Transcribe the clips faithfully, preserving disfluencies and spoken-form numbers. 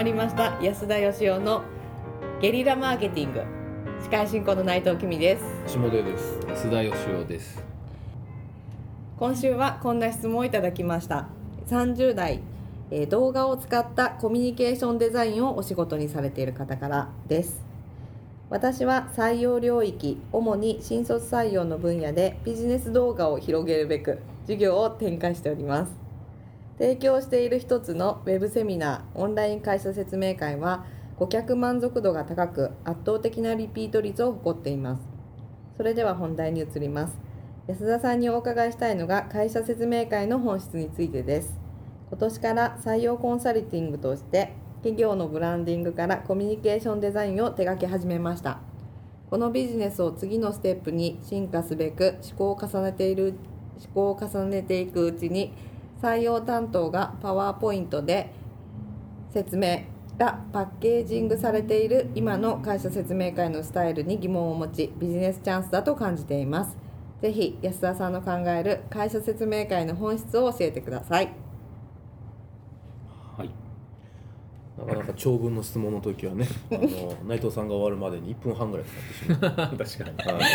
りました安田義雄のゲリラマーケティング。司会進行の内藤君です。 下出です。 安田義雄です。 今週はこんな質問をいただきました。さんじゅう代、えー、動画を使ったコミュニケーションデザインをお仕事にされている方からです。私は採用領域、主に新卒採用の分野でビジネス動画を広げるべく事業を展開しております。提供している一つのウェブセミナー、オンライン会社説明会は顧客満足度が高く圧倒的なリピート率を誇っています。それでは本題に移ります。安田さんにお伺いしたいのが会社説明会の本質についてです。今年から採用コンサルティングとして企業のブランディングからコミュニケーションデザインを手掛け始めました。このビジネスを次のステップに進化すべく試行を重ねている試行を重ねていくうちに、採用担当がパワーポイントで説明がパッケージングされている今の会社説明会のスタイルに疑問を持ち、ビジネスチャンスだと感じています。ぜひ安田さんの考える会社説明会の本質を教えてください。 はい。なかなか長文の質問の時はね、あの内藤さんが終わるまでにいっぷんはんぐらいかかってしまう。確かに。はい、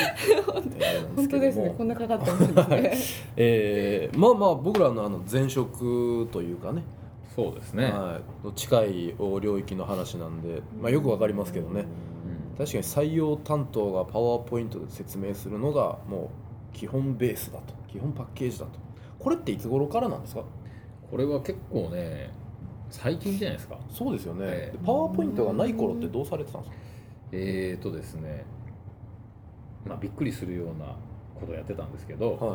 本当ですね。こんなかかったんですね。 えー、まあまあ僕らのあの前職というかね。 そうですね。 はい。近い領域の話なんで、まあよくわかりますけどね。うん、確かに採用担当がパワーポイントで説明するのがもう基本ベースだと、基本パッケージだと。これっていつ頃からなんですか？ これは結構ね、最近じゃないですか。 そうですよね。 えー、 パワーポイントがない頃ってどうされてたんですか？ えーとですね、まあびっくりするようなことをやってたんですけど、はい、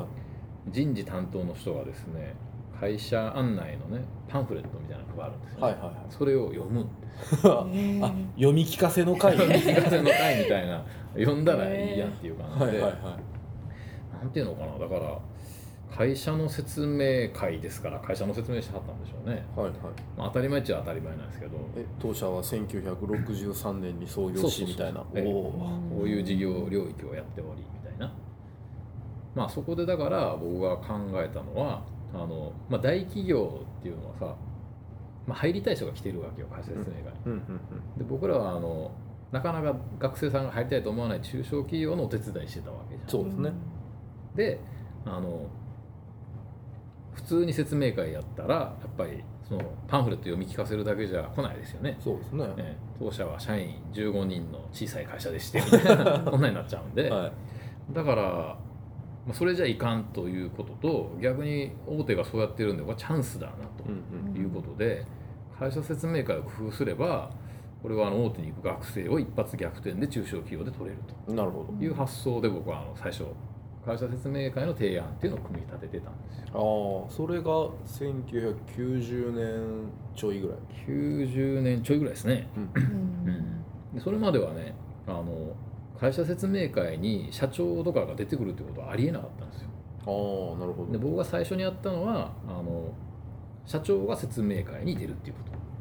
人事担当の人がですね、会社案内のねパンフレットみたいなのがあるんですよね。はいはいはい、それを読むんですあ、読み聞かせの会読み聞かせの会みたいな、読んだらいいやっていう感じで、はいはいはい、なんていうのかな、だから会社の説明会ですから会社の説明しはったんでしょうね。はいはい、まあ、当たり前っちゃ当たり前なんですけど、 え当社はせんきゅうひゃくろくじゅうさんねんに創業しみたいな、 えこういう事業領域をやっておりみたいな。まあそこでだから僕が考えたのは、あの、まあ、大企業っていうのはさ、まあ、入りたい人が来てるわけよ、会社説明会、うんうんうんうん、で僕らはあのなかなか学生さんが入りたいと思わない中小企業のお手伝いしてたわけじゃん。 そうですね。 で、あの普通に説明会やったらやっぱりそのパンフレット読み聞かせるだけじゃ来ないですよね。 そうですね。 ね、当社は社員じゅうごにんの小さい会社でしてみたいなこんなになっちゃうんで、はい、だからまあ、それじゃいかんということと、逆に大手がそうやってるんでこれチャンスだなということで、会社説明会を工夫すればこれはあの大手に行く学生を一発逆転で中小企業で取れると、なるほどいう発想で僕はあの最初会社説明会の提案っていうのを組み立ててたんですよ。 ああ、それがせんきゅうひゃくきゅうじゅうねんちょいぐらい。 きゅうじゅうねんちょいぐらいですね、うんうん、でそれまではね、あの会社説明会に社長とかが出てくるってことはありえなかったんですよ。 ああ、なるほど。 で僕が最初にやったのはあの社長が説明会に出るっていうこと。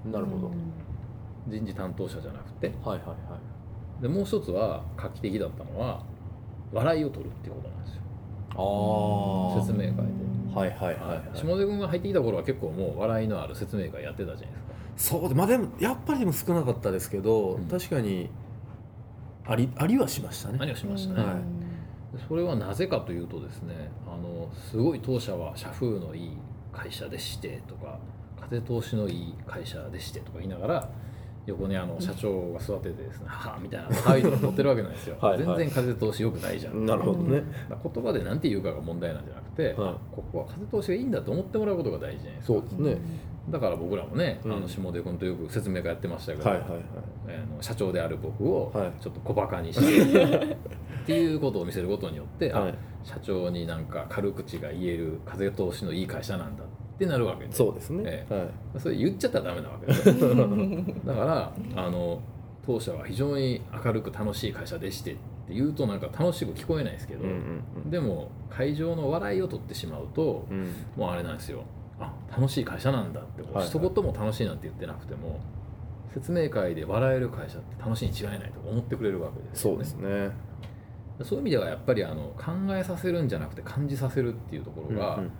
なるほど。 人事担当者じゃなくて、 はいはいはい。 でもう一つは画期的だったのは笑いを取るっていうことなんですよ。ああ、説明会で。はいはいはい、はい、下出君が入ってきた頃は結構もう笑いのある説明会やってたじゃないですか。そうで、まあでもやっぱりでも少なかったですけど、うん、確かにあり、ありはしましたね。 ありはしましたね、はい、それはなぜかというとですね、あのすごい当社は社風のいい会社でしてとか風通しのいい会社でしてとか言いながら横にあの社長が座っててですね、ははみたいな態度を取ってるわけなんですよ。はい、全然風通し良くないじゃん。 なるほどね。 言葉で何て言うかが問題なんじゃなくて、はい、ここは風通しがいいんだと思ってもらうことが大事じゃないですか。 そうですね。 だから僕らもね、うん、あの下出君とよく説明会やってましたけど、はいはいはい、あの社長である僕をちょっと小バカにして、はい、っていうことを見せることによって、はい、あ、社長になんか軽口が言える風通しのいい会社なんだってなるわけで、 そうですね、 ええ、はい、それ言っちゃったらダメなわけですよだからあの当社は非常に明るく楽しい会社でしてって言うとなんか楽しく聞こえないですけど、うんうんうん、でも会場の笑いを取ってしまうと、うん、もうあれなんですよ、あ、楽しい会社なんだって、はいはい、一言も楽しいなんて言ってなくても説明会で笑える会社って楽しいに違いないと思ってくれるわけですよね。 そうですね。 そういう意味ではやっぱりあの考えさせるんじゃなくて感じさせるっていうところが、うんうんうん、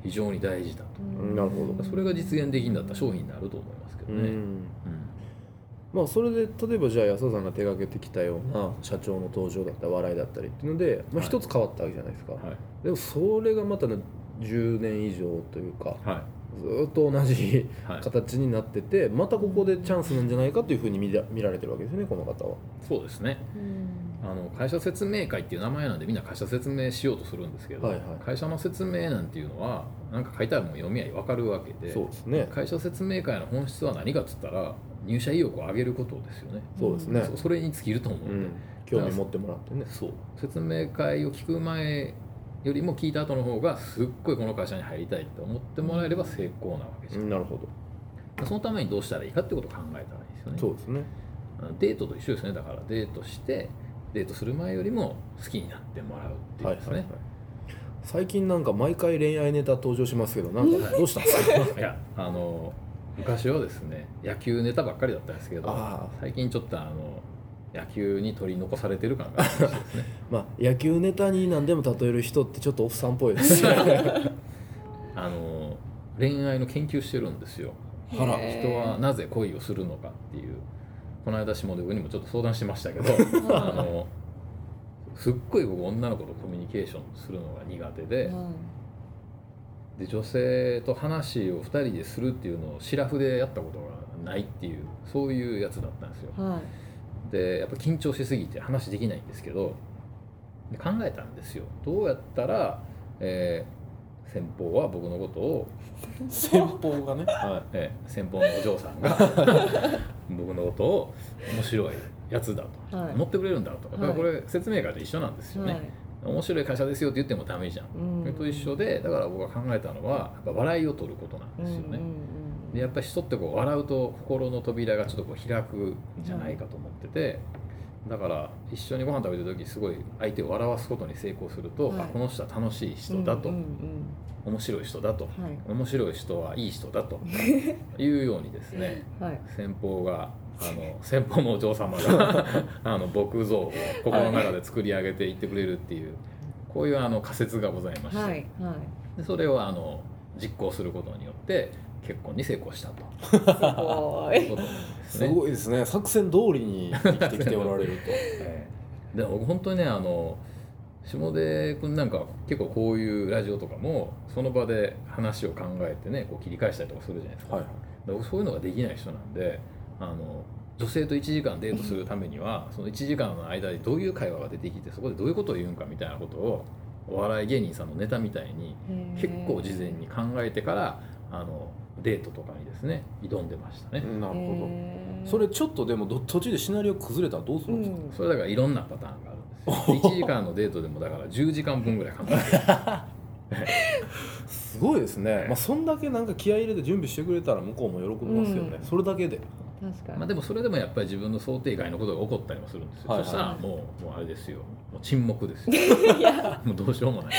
非常に大事だと、 うん、なるほど。 それが実現できるんだったら商品になると思いますけどね、 うんうんまあ、それで例えばじゃあ安田さんが手がけてきたような社長の登場だったり笑いだったりっていうので、まあ、一つ変わったわけじゃないですか、 はい、 でもそれがまたねじゅうねん以上というか、 はいずっと同じはい形になってて、またここでチャンスなんじゃないかというふうに見ら見られてるわけですね、この方は。 そうですね、あの会社説明会っていう名前なんでみんな会社説明しようとするんですけど、 はいはい会社の説明なんていうのはなんか書いてあるもん読み合い分かるわけで、 そうですね。 会社説明会の本質は何かっつったら入社意欲を上げることですよね。 そうですね。 そそれに尽きると思ううんで、 ん、興味持ってもらってね。 そう説明会を聞く前よりも聞いた後の方がすっごいこの会社に入りたいと思ってもらえれば成功なわけじゃん、 うん、なるほど。 そのためにどうしたらいいかってことを考えたらいいですよね。 そうですね。 デートと一緒ですね。だからデートしてデートする前よりも好きになってもらうっていうんですかね、 はいはいはい。最近なんか毎回恋愛ネタ登場しますけど、なんかどうしたんですか？ いやあの昔はですね野球ネタばっかりだったんですけど、 あ最近ちょっとあの野球に取り残されてる感があるんですねまあ野球ネタに何でも例える人ってちょっとおっさんっぽいですね。 あの恋愛の研究してるんですよ。 あら人はなぜ恋をするのかっていう、この間下出部にもちょっと相談しましたけどあのすっごい僕女の子とコミュニケーションするのが苦手で、で女性と話をふたりでするっていうのをシラフでやったことがないっていう、そういうやつだったんですよ。 はいでやっぱ緊張しすぎて話できないんですけど、で考えたんですよ。どうやったら、えー先方は僕のことを先方がね。はえー先方のお嬢さんが僕のことを面白いやつだと、 はい思ってくれるんだと、だからこれ説明会と一緒なんですよね、 はい面白い会社ですよって言ってもダメじゃん、 うんそれと一緒で、だから僕が考えたのはやっぱ笑いを取ることなんですよね、 うんうんでやっぱり人ってこう笑うと心の扉がちょっとこう開くんじゃないかと思ってて、だから一緒にご飯食べてる時すごい相手を笑わすことに成功すると、 はいあこの人は楽しい人だと、 うんうん面白い人だと、 うんはい面白い人はいい人だというようにですねはい先方があの先方のお嬢様があの僕像を心の中で作り上げていってくれるっていう、こういうあの仮説がございまして、 はいはいでそれをあの実行することによって結婚に成功したとすごいいうことなんですね。 すごいですね。作戦通りに生きてきておられると。 ええでも僕本当にねあの下出君なんか結構こういうラジオとかもその場で話を考えてねこう切り返したりとかするじゃないですか、 はい。 だから僕そういうのができない人なんで、あの女性といちじかんデートするためにはそのいちじかんの間にどういう会話が出てきてそこでどういうことを言うんかみたいなことをお笑い芸人さんのネタみたいに結構事前に考えてからあのデートとかにですね挑んでましたね、 なるほへーど。それちょっとでもど途中でシナリオ崩れたらどうするんですか？ それだからいろんなパターンがあるんですよいちじかんのデートでもだからじゅうじかんぶんぐらい考えてすごいですね。まあそんだけなんか気合い入れて準備してくれたら向こうも喜びますよね。 うんそれだけで。 確かに、 まあでもそれでもやっぱり自分の想定外のことが起こったりもするんですよ、 はいはいそしたらもうもうあれですよもう沈黙ですよもうどうしようもない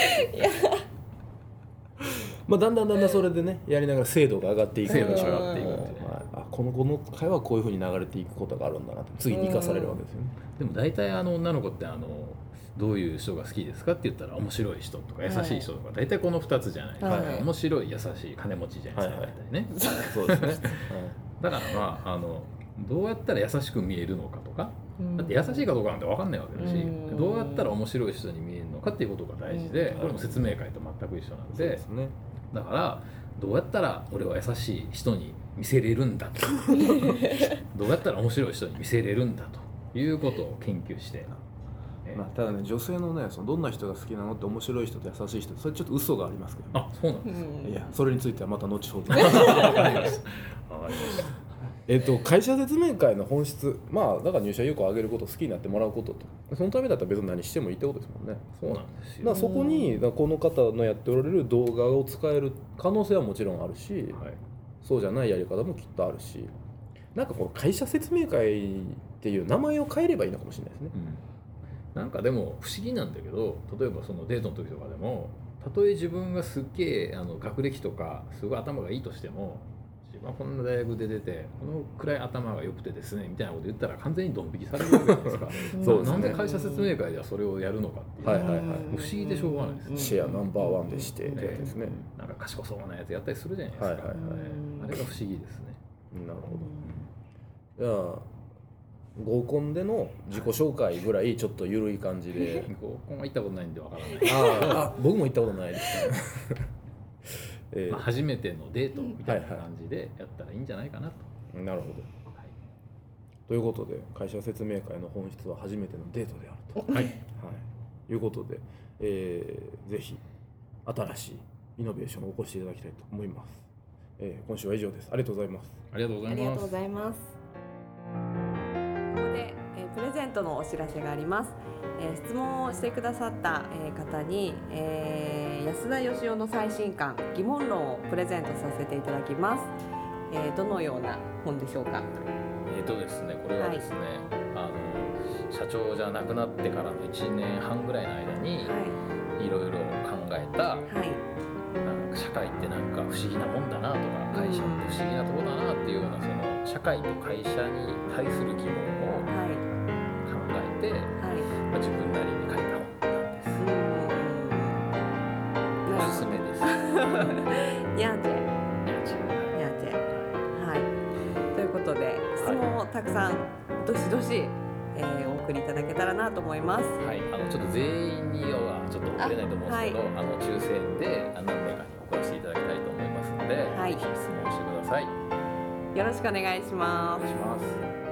まあだんだんだんだんそれでねやりながら精度が上がっていく。 精度が上がっていくはいあこのこの会話はこういうふうに流れていくことがあるんだなって次に生かされるわけですよね。 でも大体あの女の子ってあのどういう人が好きですかって言ったら面白い人とか優しい人とか大体このふたつじゃないですか、 はい面白い優しい金持ちじゃないですか、 はいはい大体ねそうですね。 だからまああのどうやったら優しく見えるのかとかうんだって優しいかどうかなんて分かんないわけだしうんどうやったら面白い人に見えるのかっていうことが大事でうんこれも説明会と全く一緒なんそうでですね。 だからどうやったら俺は優しい人に見せれるんだとどうやったら面白い人に見せれるんだということを研究して、えーまあただね女性のねそのどんな人が好きなのって面白い人と優しい人それちょっと嘘がありますけど、ね。 あそうなんうですんいやそれについてはまた後ほど。 わかりましたわかりましたえっと会社説明会の本質まあだから入社意欲を上げること好きになってもらうこととそのためだったら別に何してもいいってことですもんね。 そうなんですよ、 だからそこにだからこの方のやっておられる動画を使える可能性はもちろんあるし、 はい、 そうじゃないやり方もきっとあるしなんかこの会社説明会っていう名前を変えればいいのかもしれないですね。 うん、なんかでも不思議なんだけど例えばそのデートの時とかでもたとえ自分がすっげえあの学歴とかすごい頭がいいとしてもまあ、こんな大学で出てこのくらい頭が良くてですねみたいなこと言ったら完全にドン引きされるわけじゃないですかそうです、ね、なんで会社説明会ではそれをやるのかっていう、はいはいはい、不思議でしょうがないですね。 シェアナンバーワンでしてってやつですね。 なんか賢そうなやつやったりするじゃないですか、はいはいはい、あれが不思議ですね。 なるほど。じゃあ合コンでの自己紹介ぐらいちょっと緩い感じで合コンは行ったことないんでわからないああ僕も行ったことないですねえーまあ、初めてのデートみたいな感じでやったらいいんじゃないかなと、 はいはい、なるほど、はい、ということで会社説明会の本質は初めてのデートであると、はいはい、いうことで、えー、ぜひ新しいイノベーションを起こしていただきたいと思います、えー、今週は以上です。ありがとうございます。 ありがとうございます。 ありがとうございます。ここで、えー、プレゼントのお知らせがあります。えー、質問をしてくださった、えー、方に、えー、安田義雄の最新刊疑問論をプレゼントさせていただきます。えー、どのような本でしょうか。 えーとですね、これはですね、はい、あの社長じゃなくなってからのいちねんはんぐらいの間に、はい、いろいろ考えた、はい、なんか社会ってなんか不思議なもんだなとか、会社って不思議なとこだなっていうような、その社会と会社に対する疑問を考えて、はいはい、まあ、自分なりに書いた本なんです。おすすめです。 にゃんちゃにゃんちゃはい。ということで質問をたくさんどしどし、えー、お送りいただけたらなと思います。 はい。あのちょっと全員にはちょっと送れないと思うんですけど、あ、はい、あの抽選で何名かに送らせていただきたいと思いますので、はい、ぜひ質問してください。 よろしくお願いします。 お願いします。